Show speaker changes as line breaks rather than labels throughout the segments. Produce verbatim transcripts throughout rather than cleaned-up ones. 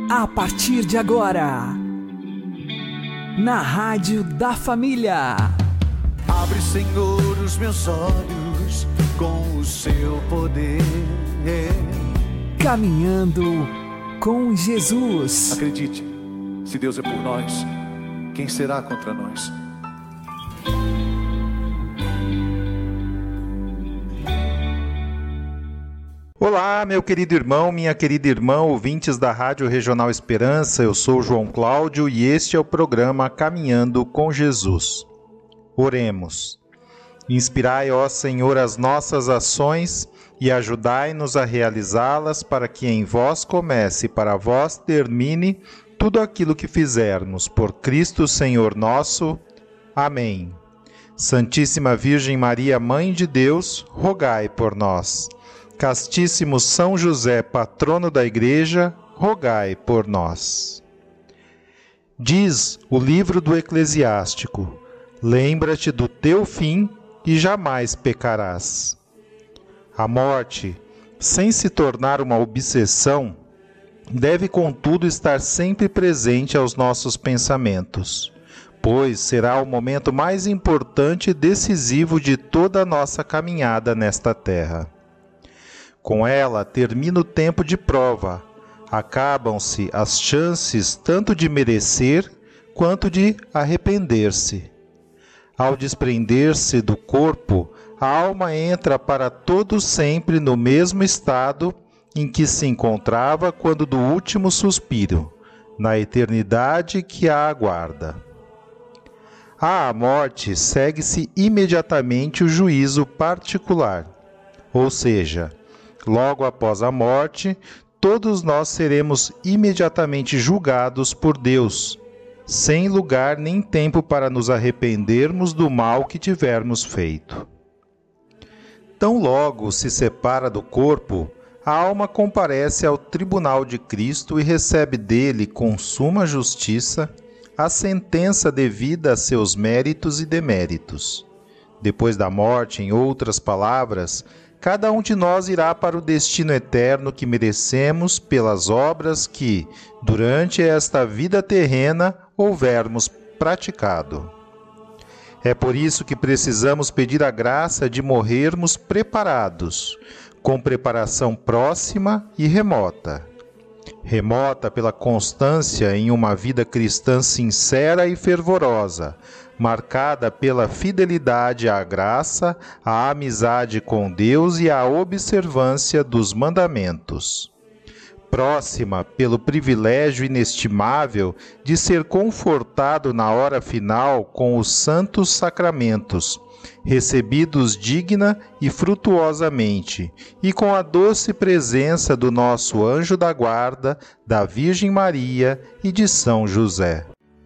A partir de agora, na Rádio da Família.
Abre, Senhor, os meus olhos com o seu poder.
Caminhando com Jesus.
Acredite, se Deus é por nós, quem será contra nós?
Olá, meu querido irmão, minha querida irmã, ouvintes da Rádio Regional Esperança, eu sou João Cláudio e este é o programa Caminhando com Jesus. Oremos. Inspirai, ó Senhor, as nossas ações e ajudai-nos a realizá-las para que em vós comece e para vós termine tudo aquilo que fizermos. Por Cristo, Senhor nosso. Amém. Santíssima Virgem Maria, Mãe de Deus, rogai por nós. Castíssimo São José, patrono da Igreja, rogai por nós. Diz o livro do Eclesiástico: lembra-te do teu fim e jamais pecarás. A morte, sem se tornar uma obsessão, deve, contudo, estar sempre presente aos nossos pensamentos, pois será o momento mais importante e decisivo de toda a nossa caminhada nesta terra. Com ela termina o tempo de prova, acabam-se as chances tanto de merecer quanto de arrepender-se. Ao desprender-se do corpo, a alma entra para todo sempre no mesmo estado em que se encontrava quando do último suspiro, na eternidade que a aguarda. À morte segue-se imediatamente o juízo particular, ou seja, logo após a morte, todos nós seremos imediatamente julgados por Deus, sem lugar nem tempo para nos arrependermos do mal que tivermos feito. Tão logo se separa do corpo, a alma comparece ao tribunal de Cristo e recebe dele, com suma justiça, a sentença devida a seus méritos e deméritos. Depois da morte, em outras palavras, cada um de nós irá para o destino eterno que merecemos pelas obras que, durante esta vida terrena, houvermos praticado. É por isso que precisamos pedir a graça de morrermos preparados, com preparação próxima e remota. Remota pela constância em uma vida cristã sincera e fervorosa, marcada pela fidelidade à graça, à amizade com Deus e à observância dos mandamentos. Próxima pelo privilégio inestimável de ser confortado na hora final com os santos sacramentos, recebidos digna e frutuosamente, e com a doce presença do nosso anjo da guarda, da Virgem Maria e de São José.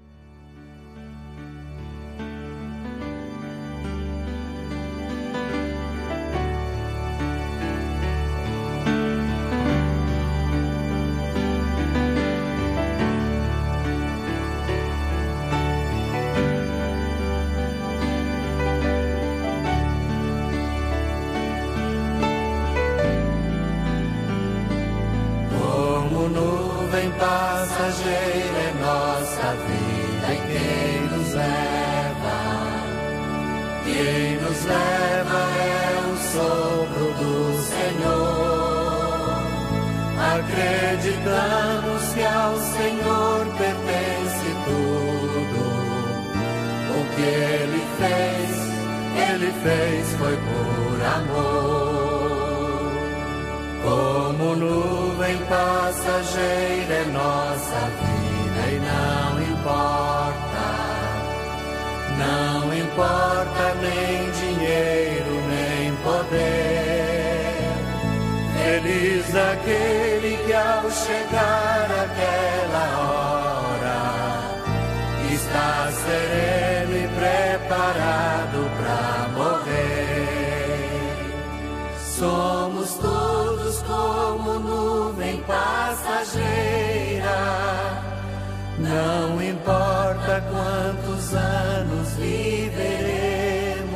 Passageira é nossa vida e quem nos leva, quem nos leva é o sopro do Senhor. Acreditamos que ao Senhor pertence tudo, o que Ele fez, Ele fez foi por amor. Como nuvem passageira é nossa vida e não importa, não importa nem dinheiro nem poder. Feliz aquele que ao chegar aquela hora está sereno e preparado para morrer. Somos todos como nuvem passageira, não importa quantos anos viveremos,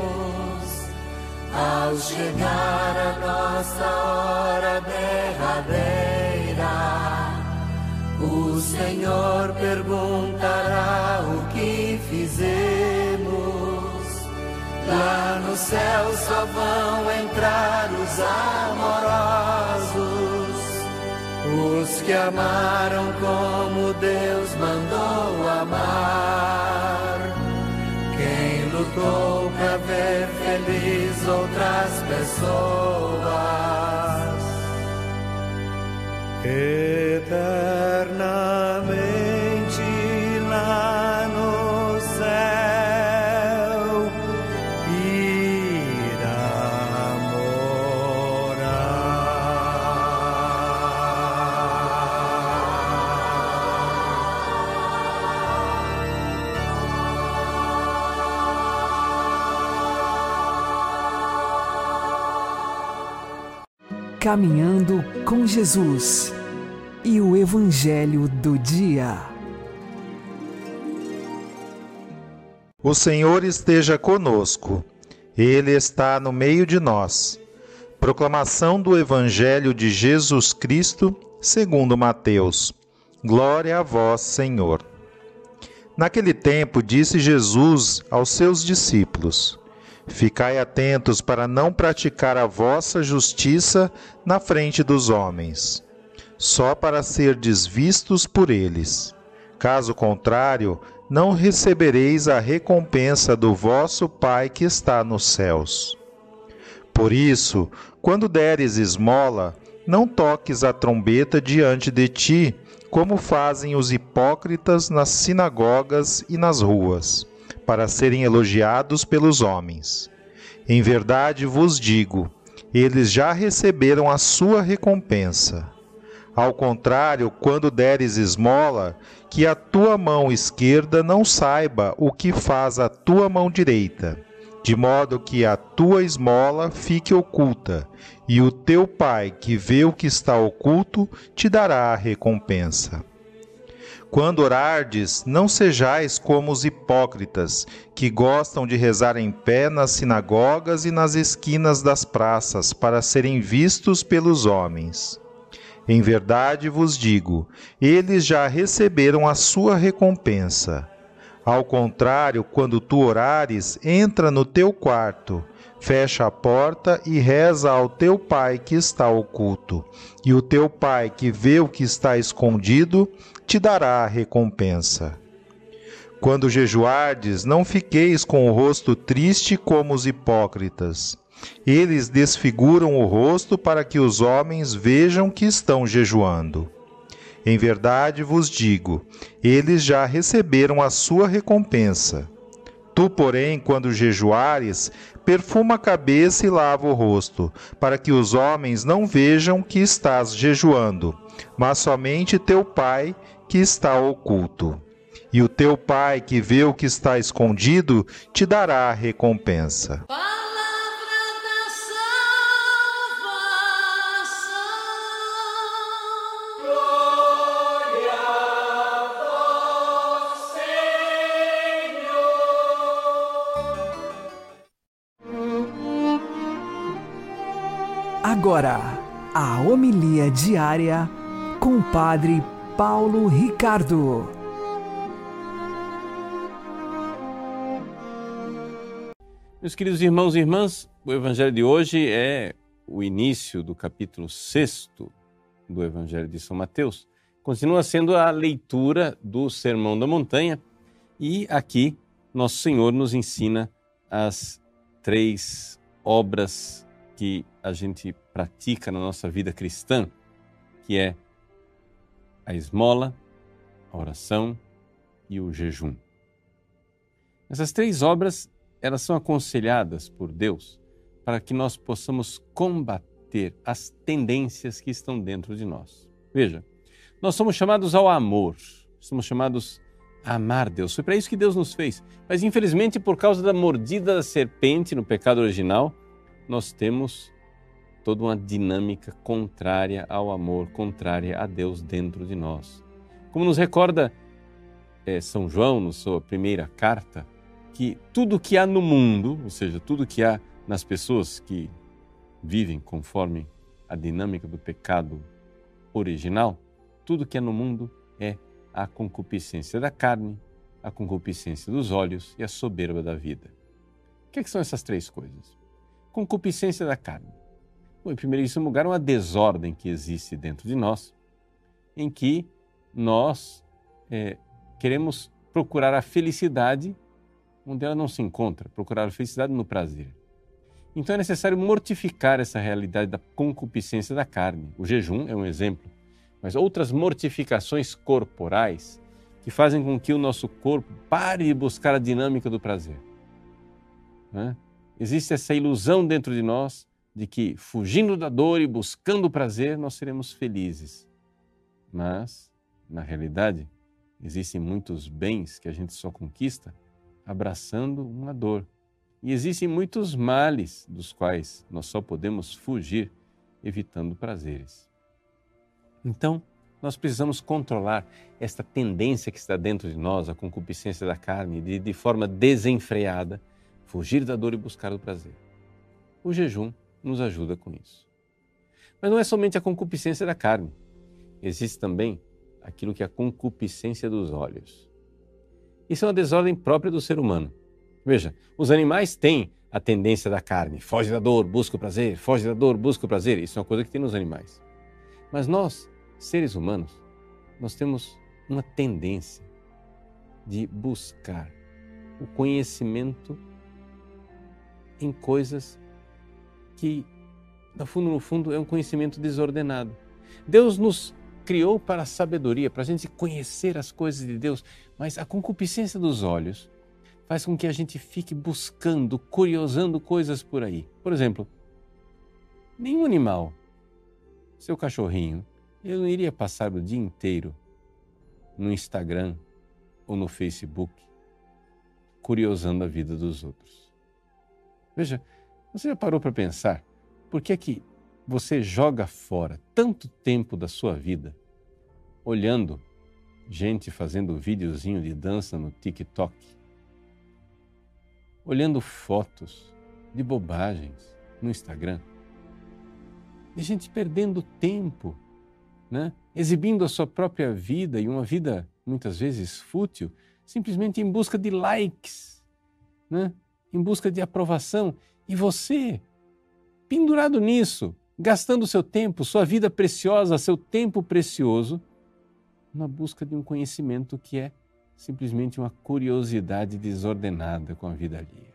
ao chegar a nossa hora derradeira, o O Senhor perguntará o que fizemos. Lá no céu só vão entrar os amorosos, os que amaram como Deus mandou amar. Quem lutou pra ver feliz outras pessoas. Eternamente lá no céu irá morar.
Caminhando com Jesus e o Evangelho do Dia.
O Senhor esteja conosco, Ele está no meio de nós. Proclamação do Evangelho de Jesus Cristo, segundo Mateus. Glória a vós, Senhor. Naquele tempo, disse Jesus aos seus discípulos: Ficai atentos para não praticar a vossa justiça na frente dos homens, só para serdes vistos por eles. Caso contrário, não recebereis a recompensa do vosso Pai que está nos céus. Por isso, quando deres esmola, não toques a trombeta diante de ti, como fazem os hipócritas nas sinagogas e nas ruas, para serem elogiados pelos homens. Em verdade vos digo, eles já receberam a sua recompensa. Ao contrário, quando deres esmola, que a tua mão esquerda não saiba o que faz a tua mão direita, de modo que a tua esmola fique oculta, e o teu Pai, que vê o que está oculto, te dará a recompensa. Quando orardes, não sejais como os hipócritas, que gostam de rezar em pé nas sinagogas e nas esquinas das praças, para serem vistos pelos homens. Em verdade vos digo, eles já receberam a sua recompensa. Ao contrário, quando tu orares, entra no teu quarto, fecha a porta e reza ao teu Pai que está oculto, e o teu Pai que vê o que está escondido, te dará a recompensa. Quando jejuardes, não fiqueis com o rosto triste como os hipócritas. Eles desfiguram o rosto para que os homens vejam que estão jejuando. Em verdade vos digo, eles já receberam a sua recompensa. Tu, porém, quando jejuares, perfuma a cabeça e lava o rosto, para que os homens não vejam que estás jejuando, mas somente teu Pai que está oculto. E o teu Pai que vê o que está escondido, te dará a recompensa.
Agora, a homilia diária com o Padre Paulo Ricardo.
Meus queridos irmãos e irmãs, o Evangelho de hoje é o início do capítulo sexto do Evangelho de São Mateus. Continua sendo a leitura do Sermão da Montanha e aqui Nosso Senhor nos ensina as três obras que a gente pratica na nossa vida cristã, que é a esmola, a oração e o jejum. Essas três obras, elas são aconselhadas por Deus para que nós possamos combater as tendências que estão dentro de nós. Veja, nós somos chamados ao amor, somos chamados a amar Deus. Foi para isso que Deus nos fez. Mas infelizmente, por causa da mordida da serpente no pecado original, nós temos toda uma dinâmica contrária ao amor, contrária a Deus dentro de nós. Como nos recorda é, São João, na sua primeira carta, que tudo que há no mundo, ou seja, tudo que há nas pessoas que vivem conforme a dinâmica do pecado original, tudo que há no mundo é a concupiscência da carne, a concupiscência dos olhos e a soberba da vida. O que, é que são essas três coisas? Concupiscência da carne. Bom, em primeiríssimo lugar, uma desordem que existe dentro de nós, em que nós é, queremos procurar a felicidade onde ela não se encontra, procurar a felicidade no prazer. Então é necessário mortificar essa realidade da concupiscência da carne. O jejum é um exemplo, mas outras mortificações corporais que fazem com que o nosso corpo pare de buscar a dinâmica do prazer. Né? Existe essa ilusão dentro de nós de que, fugindo da dor e buscando o prazer, nós seremos felizes. Mas, na realidade, existem muitos bens que a gente só conquista abraçando uma dor. E existem muitos males dos quais nós só podemos fugir evitando prazeres. Então, nós precisamos controlar esta tendência que está dentro de nós, a concupiscência da carne, de, de forma desenfreada, fugir da dor e buscar o prazer. O jejum nos ajuda com isso. Mas não é somente a concupiscência da carne. Existe também aquilo que é a concupiscência dos olhos. Isso é uma desordem própria do ser humano. Veja, os animais têm a tendência da carne. Foge da dor, busca o prazer. Foge da dor, busca o prazer. Isso é uma coisa que tem nos animais. Mas nós, seres humanos, nós temos uma tendência de buscar o conhecimento em coisas que, no fundo, no fundo, é um conhecimento desordenado. Deus nos criou para a sabedoria, para a gente conhecer as coisas de Deus, mas a concupiscência dos olhos faz com que a gente fique buscando, curiosando coisas por aí. Por exemplo, nenhum animal, seu cachorrinho, ele não iria passar o dia inteiro no Instagram ou no Facebook curiosando a vida dos outros. Veja, você já parou para pensar por que é que você joga fora tanto tempo da sua vida olhando gente fazendo videozinho de dança no TikTok, olhando fotos de bobagens no Instagram, de gente perdendo tempo, né? Exibindo a sua própria vida e uma vida muitas vezes fútil, simplesmente em busca de likes, né? Em busca de aprovação. E você, pendurado nisso, gastando seu tempo, sua vida preciosa, seu tempo precioso, na busca de um conhecimento que é simplesmente uma curiosidade desordenada com a vida alheia.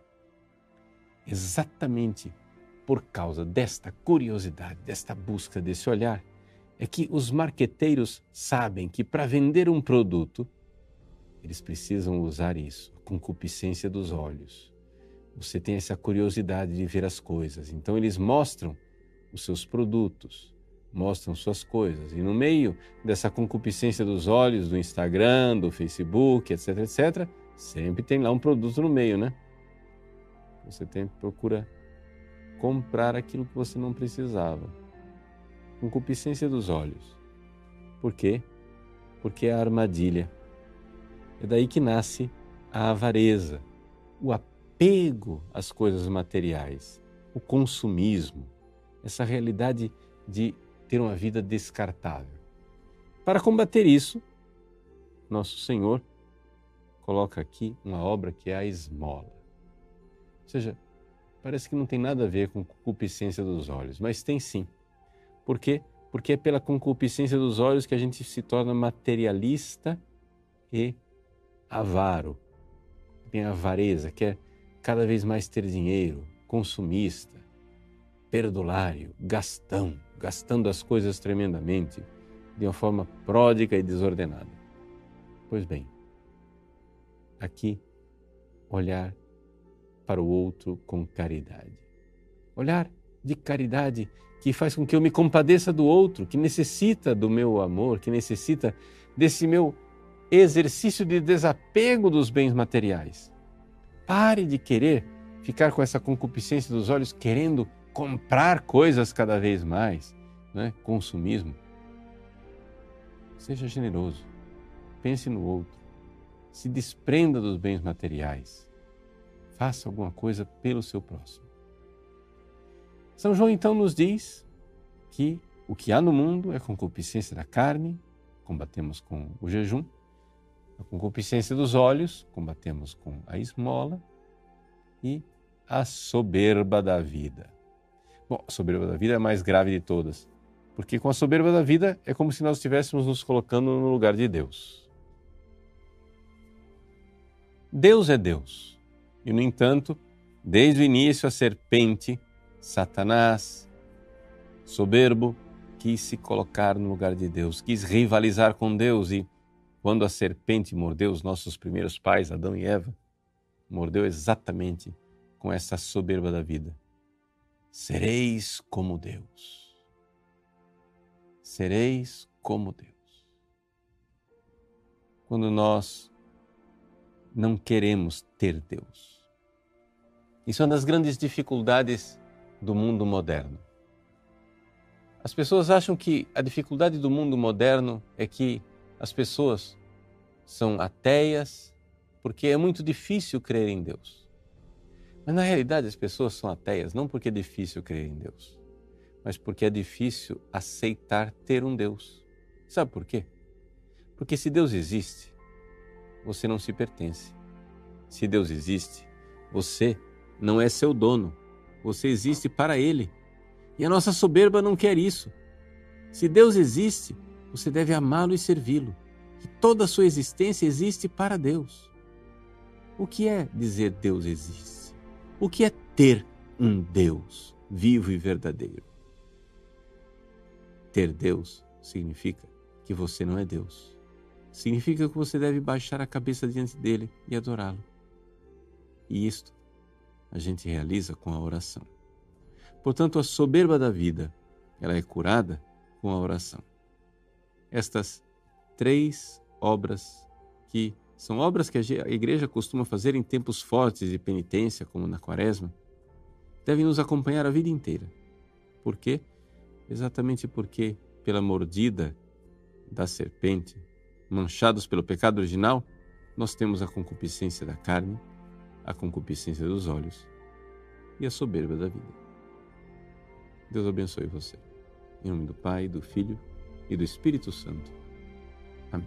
Exatamente por causa desta curiosidade, desta busca, desse olhar, é que os marqueteiros sabem que para vender um produto, eles precisam usar isso, a concupiscência dos olhos. Você tem essa curiosidade de ver as coisas, então eles mostram os seus produtos, mostram suas coisas. E no meio dessa concupiscência dos olhos, do Instagram, do Facebook, etc, etcétera, sempre tem lá um produto no meio, né? Você tem, procura comprar aquilo que você não precisava. Concupiscência dos olhos. Por quê? Porque é a armadilha. É daí que nasce a avareza, o apego às coisas materiais, o consumismo, essa realidade de ter uma vida descartável. Para combater isso, nosso Senhor coloca aqui uma obra que é a esmola. Ou seja, parece que não tem nada a ver com concupiscência dos olhos, mas tem sim. Por quê? Porque é pela concupiscência dos olhos que a gente se torna materialista e avaro. Tem avareza, quer cada vez mais ter dinheiro, consumista, perdulário, gastão, gastando as coisas tremendamente, de uma forma pródiga e desordenada. Pois bem, aqui, olhar para o outro com caridade. Olhar de caridade que faz com que eu me compadeça do outro, que necessita do meu amor, que necessita desse meu exercício de desapego dos bens materiais. Pare de querer ficar com essa concupiscência dos olhos, querendo comprar coisas cada vez mais, né? Consumismo. Seja generoso, pense no outro, se desprenda dos bens materiais, faça alguma coisa pelo seu próximo. São João então nos diz que o que há no mundo é concupiscência da carne, combatemos com o jejum. A concupiscência dos olhos, combatemos com a esmola. E a soberba da vida. Bom, a soberba da vida é a mais grave de todas, porque com a soberba da vida é como se nós estivéssemos nos colocando no lugar de Deus. Deus é Deus. E, no entanto, desde o início, a serpente, Satanás, soberbo, quis se colocar no lugar de Deus, quis rivalizar com Deus. E quando a serpente mordeu os nossos primeiros pais, Adão e Eva, mordeu exatamente com essa soberba da vida. Sereis como Deus. Sereis como Deus. Quando nós não queremos ter Deus. Isso é uma das grandes dificuldades do mundo moderno. As pessoas acham que a dificuldade do mundo moderno é que as pessoas são ateias, porque é muito difícil crer em Deus. Mas na realidade as pessoas são ateias não porque é difícil crer em Deus, mas porque é difícil aceitar ter um Deus. Sabe por quê? Porque se Deus existe, você não se pertence. Se Deus existe, você não é seu dono. Você existe para Ele. E a nossa soberba não quer isso. Se Deus existe, você deve amá-lo e servi-lo. E toda a sua existência existe para Deus. O que é dizer Deus existe? O que é ter um Deus vivo e verdadeiro? Ter Deus significa que você não é Deus. Significa que você deve baixar a cabeça diante dele e adorá-lo. E isto a gente realiza com a oração. Portanto, a soberba da vida, ela é curada com a oração. Estas três obras, que são obras que a igreja costuma fazer em tempos fortes de penitência, como na quaresma, devem nos acompanhar a vida inteira. Por quê? Exatamente porque, pela mordida da serpente, manchados pelo pecado original, nós temos a concupiscência da carne, a concupiscência dos olhos e a soberba da vida. Deus abençoe você. Em nome do Pai, do Filho e do Espírito Santo. Amém.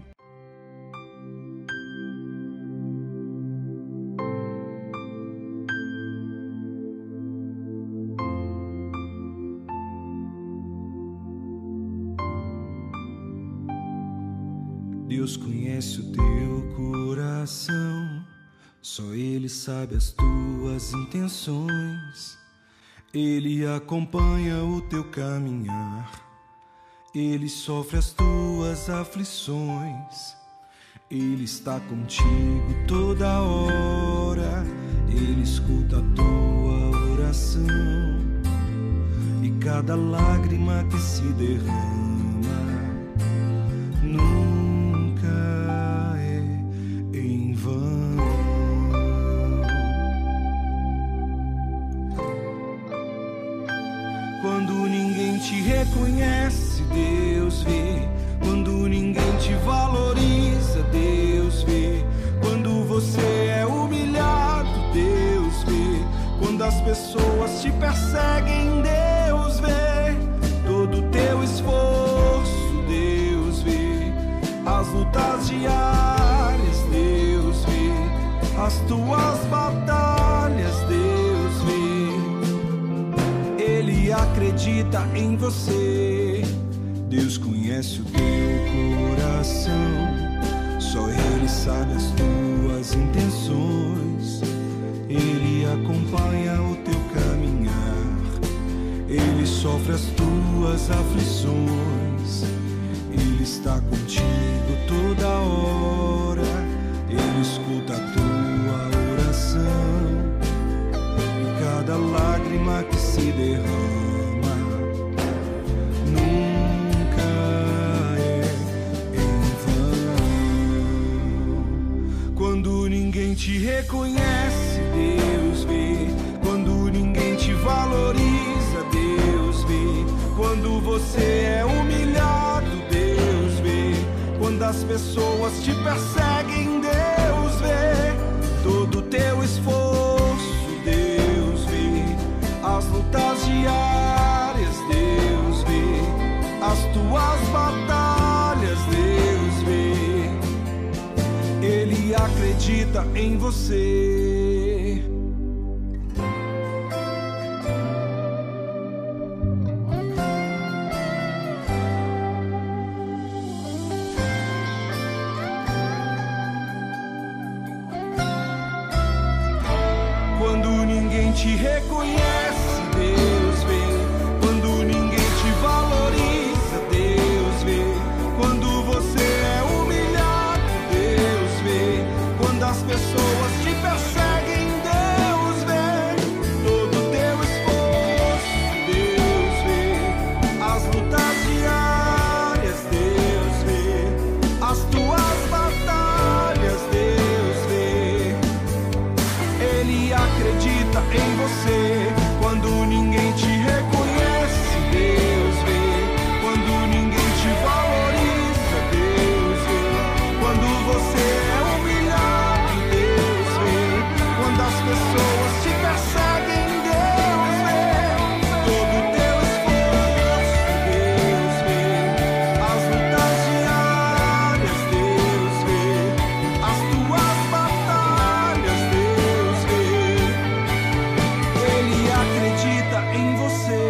Deus conhece o teu coração, só Ele sabe as tuas intenções. Ele acompanha o teu caminhar, Ele sofre as tuas aflições. Ele está contigo toda hora, Ele escuta a tua oração. E cada lágrima que se derrama nunca é em vão. Quando ninguém te reconhece, Deus vê. Quando ninguém te valoriza, Deus vê. Quando você é humilhado, Deus vê. Quando as pessoas te perseguem, Deus vê. Todo o teu esforço, Deus vê. As lutas diárias, Deus vê. As tuas batalhas, Deus vê. Ele acredita em você. Deus conhece o teu coração, só Ele sabe as tuas intenções. Ele acompanha o teu caminhar, Ele sofre as tuas aflições. Ele está contigo toda hora, Ele escuta a tua oração. E cada lágrima que se derrama nunca é em vão. Quando ninguém te reconhece, Deus vê. Quando ninguém te valoriza, Deus vê. Quando você é humilhado, Deus vê. Quando as pessoas te perseguem, Deus vê. Todo o teu esforço, Deus vê. As lutas diárias, Deus vê. As tuas batalhas, Deus acredita em você. Quando ninguém te reconhece, Deus vê. Quando ninguém te valoriza, Deus vê. Quando você é humilhado, Deus vê. Quando as pessoas te perseguem, Deus vê. Todo teu esforço, Deus vê. As lutas diárias, Deus vê. As tuas batalhas, Deus vê. Ele acredita em você. Quando ninguém te reconhece, Deus vê. Quando ninguém te valoriza, Deus vê. Quando você é humilhado, Deus vê. Quando as pessoas te perseguem, Deus vê. Todo teu esforço, Deus vê. As lutas diárias, Deus vê. As tuas batalhas, Deus vê. Ele acredita em você.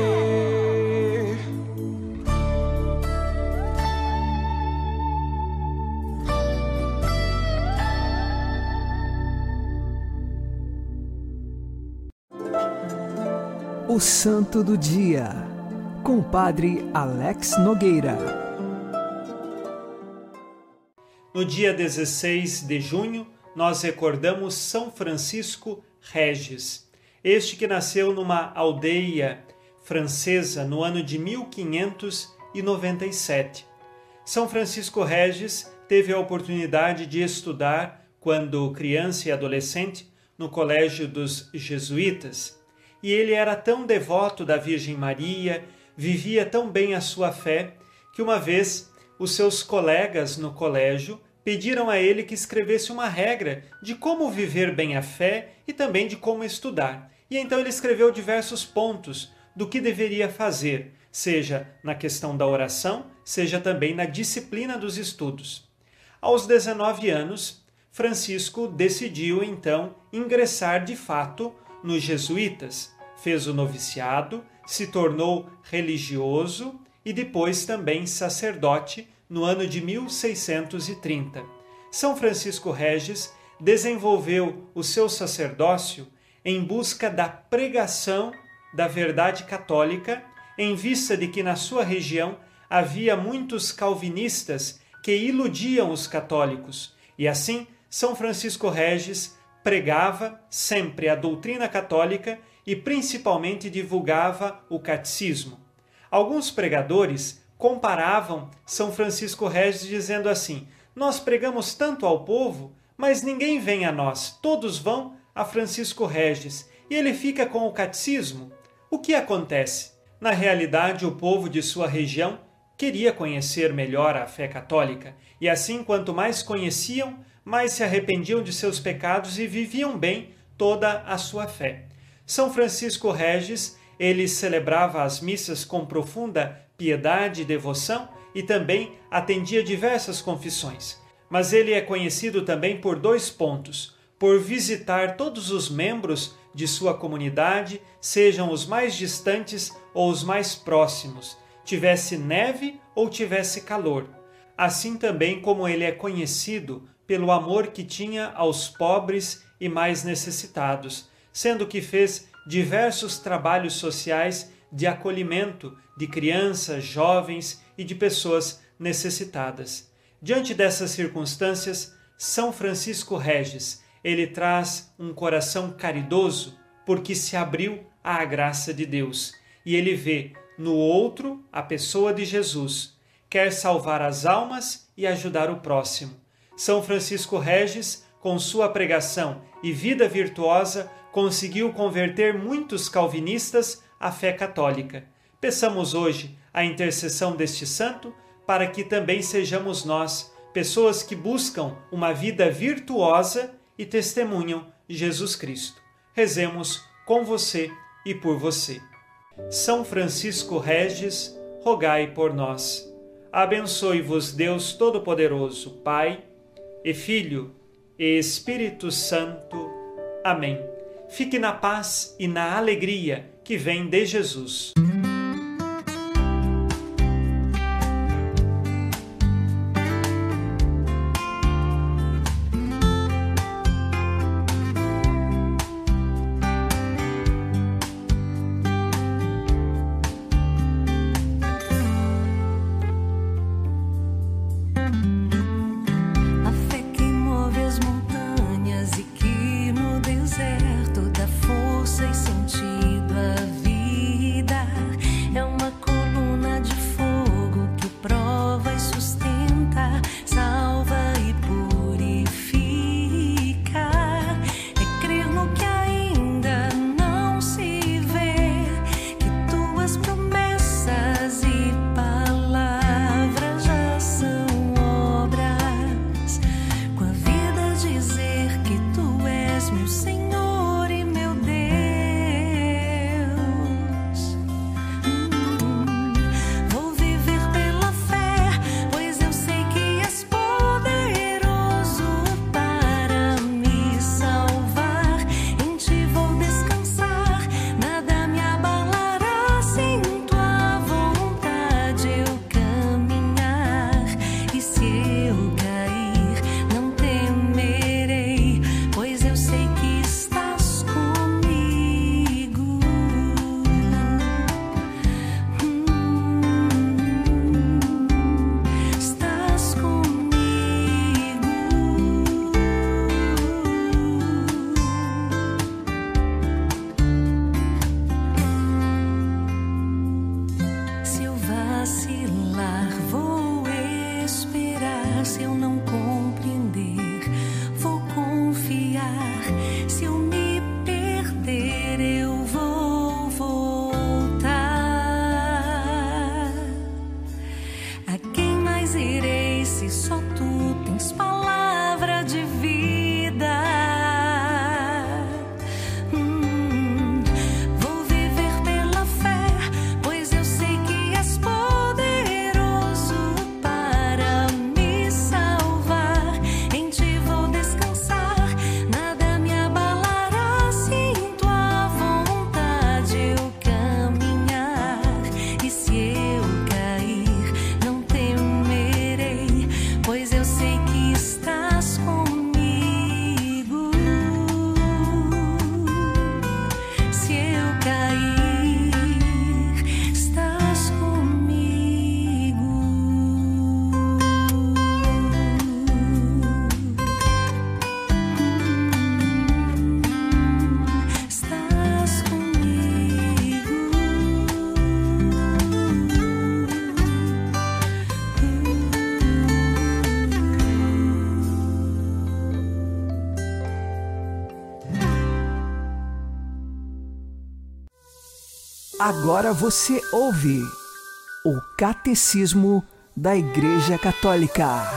O Santo do Dia, com o Padre Alex Nogueira.
No dia dezesseis de junho, nós recordamos São Francisco Regis, este que nasceu numa aldeia francesa no ano de mil quinhentos e noventa e sete. São Francisco Regis teve a oportunidade de estudar, quando criança e adolescente, no colégio dos jesuítas, e ele era tão devoto da Virgem Maria, vivia tão bem a sua fé, que uma vez os seus colegas no colégio pediram a ele que escrevesse uma regra de como viver bem a fé e também de como estudar. E então ele escreveu diversos pontos do que deveria fazer, seja na questão da oração, seja também na disciplina dos estudos. Aos dezenove anos, Francisco decidiu então ingressar de fato nos jesuítas, fez o noviciado, se tornou religioso e depois também sacerdote no ano de mil seiscentos e trinta. São Francisco Regis desenvolveu o seu sacerdócio em busca da pregação da verdade católica, em vista de que na sua região havia muitos calvinistas que iludiam os católicos, e assim São Francisco Regis pregava sempre a doutrina católica e principalmente divulgava o catecismo. Alguns pregadores comparavam São Francisco Regis dizendo assim: nós pregamos tanto ao povo, mas ninguém vem a nós, todos vão a Francisco Regis, e ele fica com o catecismo. O que acontece? Na realidade, o povo de sua região queria conhecer melhor a fé católica, e assim, quanto mais conheciam, mais se arrependiam de seus pecados e viviam bem toda a sua fé. São Francisco Regis, ele celebrava as missas com profunda piedade e devoção e também atendia diversas confissões. Mas ele é conhecido também por dois pontos: por visitar todos os membros de sua comunidade, sejam os mais distantes ou os mais próximos, tivesse neve ou tivesse calor. Assim também como ele é conhecido pelo amor que tinha aos pobres e mais necessitados, sendo que fez diversos trabalhos sociais de acolhimento de crianças, jovens e de pessoas necessitadas. Diante dessas circunstâncias, São Francisco Regis, ele traz um coração caridoso porque se abriu à graça de Deus e ele vê no outro a pessoa de Jesus, quer salvar as almas e ajudar o próximo. São Francisco Regis, com sua pregação e vida virtuosa, conseguiu converter muitos calvinistas à fé católica. Peçamos hoje a intercessão deste santo para que também sejamos nós, pessoas que buscam uma vida virtuosa e testemunham Jesus Cristo. Rezemos com você e por você. São Francisco Regis, rogai por nós. Abençoe-vos Deus Todo-Poderoso, Pai e Filho e Espírito Santo. Amém. Fique na paz e na alegria que vem de Jesus.
Agora você ouve o Catecismo da Igreja Católica.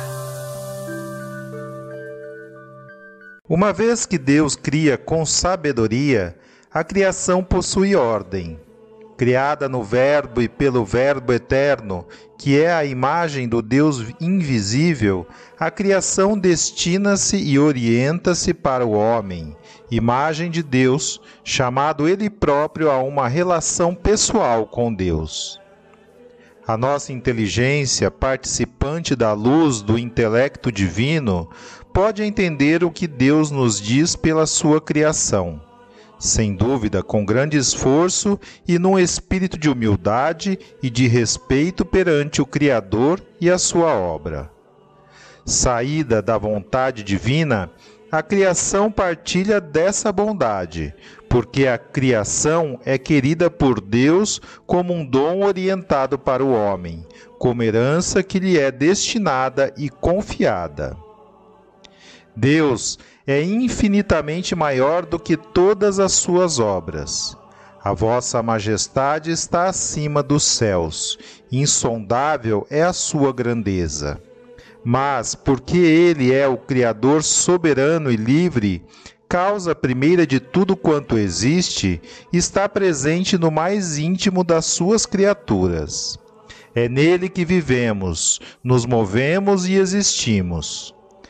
Uma vez que Deus cria com sabedoria, a criação possui ordem. Criada no Verbo e pelo Verbo eterno, que é a imagem do Deus invisível, a criação destina-se e orienta-se para o homem, imagem de Deus, chamado ele próprio a uma relação pessoal com Deus. A nossa inteligência, participante da luz do intelecto divino, pode entender o que Deus nos diz pela sua criação. Sem dúvida, com grande esforço e num espírito de humildade e de respeito perante o Criador e a sua obra. Saída da vontade divina, a criação partilha dessa bondade, porque a criação é querida por Deus como um dom orientado para o homem, como herança que lhe é destinada e confiada. Deus é infinitamente maior do que todas as suas obras. A vossa majestade está acima dos céus, insondável é a sua grandeza. Mas, porque Ele é o Criador soberano e livre, causa primeira de tudo quanto existe, está presente no mais íntimo das suas criaturas. É nele que vivemos, nos movemos e existimos.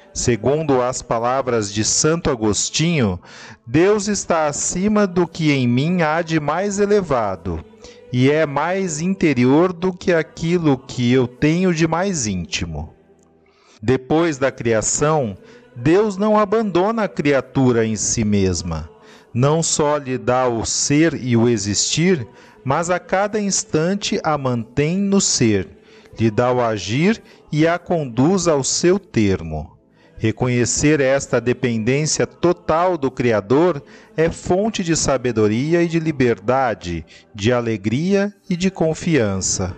Segundo as palavras de Santo Agostinho, Deus está acima do que em mim há de mais elevado, e é mais interior do que aquilo que eu tenho de mais íntimo. Depois da criação, Deus não abandona a criatura em si mesma. Não só lhe dá o ser e o existir, mas a cada instante a mantém no ser, lhe dá o agir e a conduz ao seu termo. Reconhecer esta dependência total do Criador é fonte de sabedoria e de liberdade, de alegria e de confiança.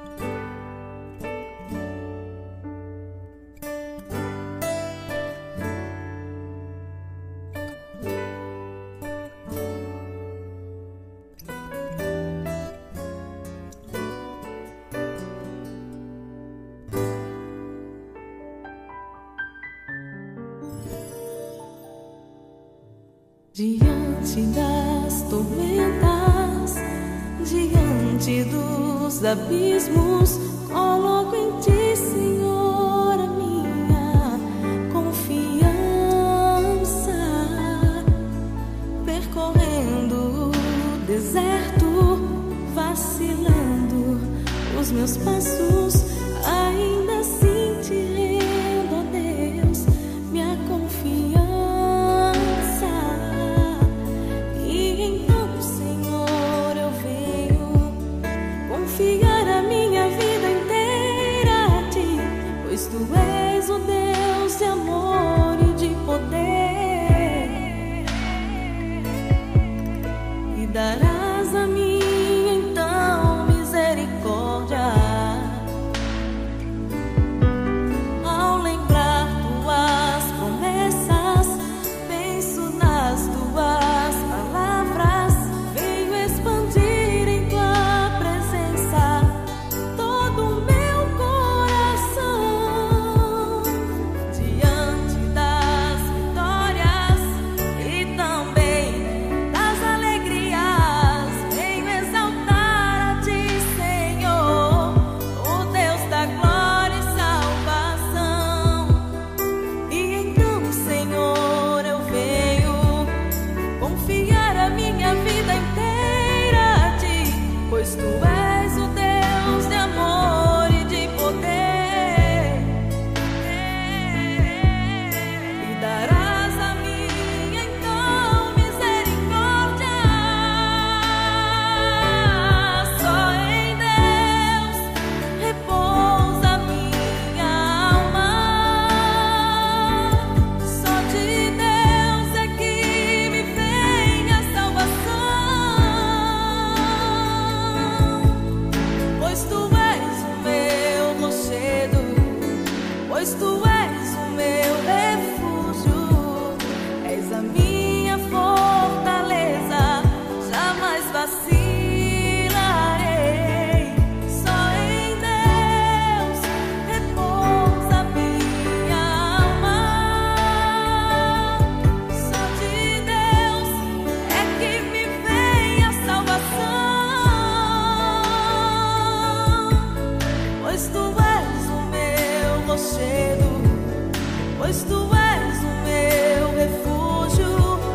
Diante das tormentas, diante dos abismos, coloco em ti, Senhor, a minha confiança. Percorrendo o deserto, vacilando os meus passos, ainda assim te rendo, ó Deus, minha confiança. Confiar a minha vida inteira a ti, pois tu és o Deus de amor e de poder, e darás a mim então misericórdia. Ao lembrar tuas promessas, penso nas tuas palavras, venho expandir em tua pois tu és o meu refúgio,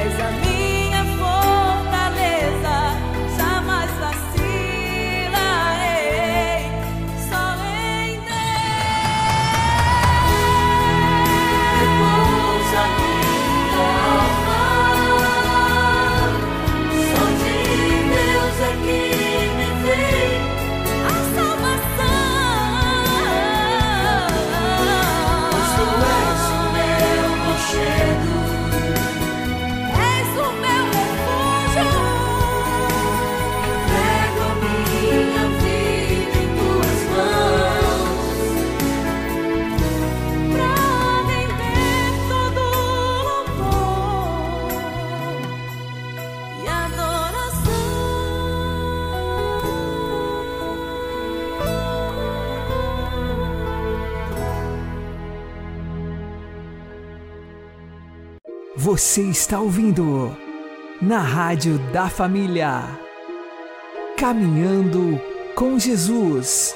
és a minha fortaleza, jamais vacilarei, só em Deus repousa minha alma, só de Deus é que me vem a salvação, pois tu és o meu conchego, és o meu refúgio, entrego a minha vida em tuas mãos, pra render todo louvor e adoração.
Você está ouvindo na Rádio da Família. Caminhando com Jesus.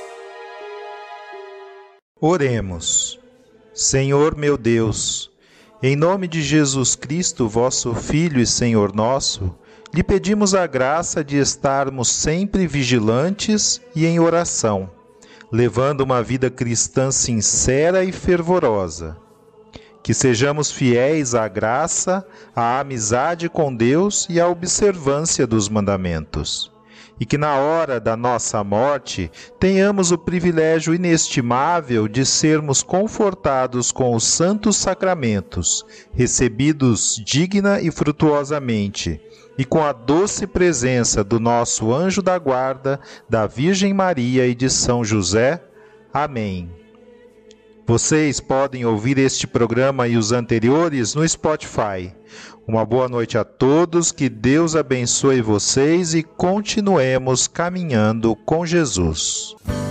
Oremos. Senhor meu Deus, em nome de Jesus Cristo, vosso Filho e Senhor nosso, lhe pedimos a graça de estarmos sempre vigilantes e em oração, levando uma vida cristã sincera e fervorosa. Que sejamos fiéis à graça, à amizade com Deus e à observância dos mandamentos. E que na hora da nossa morte tenhamos o privilégio inestimável de sermos confortados com os santos sacramentos, recebidos digna e frutuosamente, e com a doce presença do nosso anjo da guarda, da Virgem Maria e de São José. Amém. Vocês podem ouvir este programa e os anteriores no Spotify. Uma boa noite a todos, que Deus abençoe vocês e continuemos caminhando com Jesus.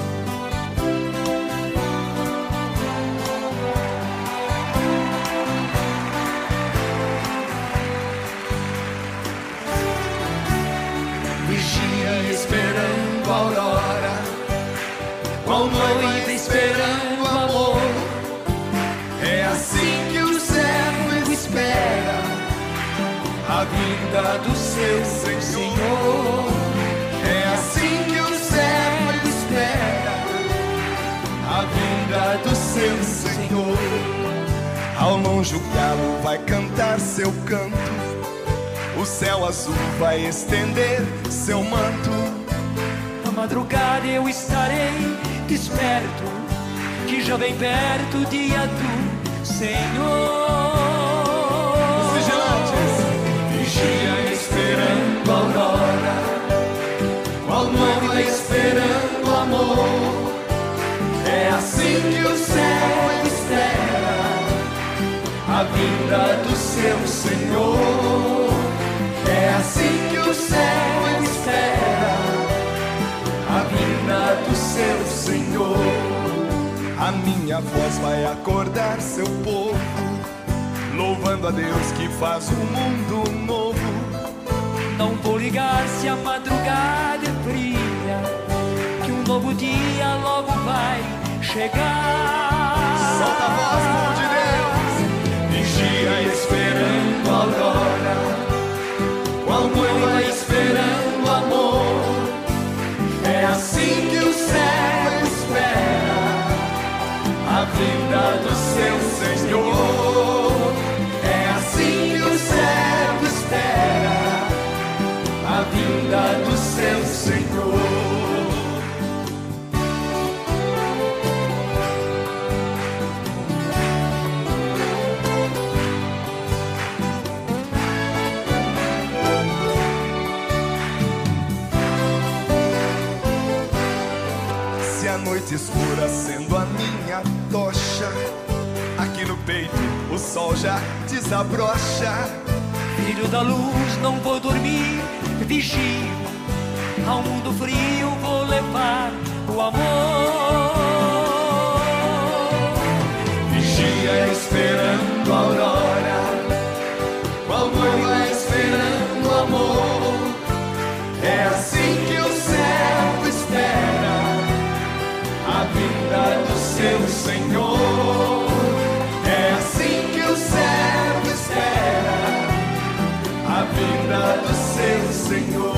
Vigia esperando a aurora, qual noiva esperando o amor. É assim que o servo espera a vinda do seu Senhor. É assim que o servo espera a vinda do seu Senhor. Ao longe o galo vai cantar seu canto, o céu azul vai estender seu manto.
Na madrugada eu estarei desperto, que já vem perto o dia do Senhor.
Os vigilantes, vigia esperando a aurora, qual noiva esperando o amor. É assim que o céu espera a vinda do seu Senhor. É assim que o céu espera a vinda do seu Senhor. A minha voz vai acordar seu povo, louvando a Deus que faz um mundo novo.
Não vou ligar se a madrugada é fria, que um novo dia logo vai chegar.
Solta a voz, povo de Deus. Vigia esperando a aurora, qual noiva esperando o amor. É assim que o céu espera a vinda do seu Senhor. É assim que o céu espera a vinda do seu Senhor. Se a noite escura sendo a minha tocha, aqui no peito o sol já desabrocha.
Filho da luz, não vou dormir, vigio, ao mundo frio vou levar o amor.
Vigia esperando a aurora, qual noiva esperando o amor. É assim que o céu espera a vinda do seu Senhor. É assim que o céu espera
Senhor.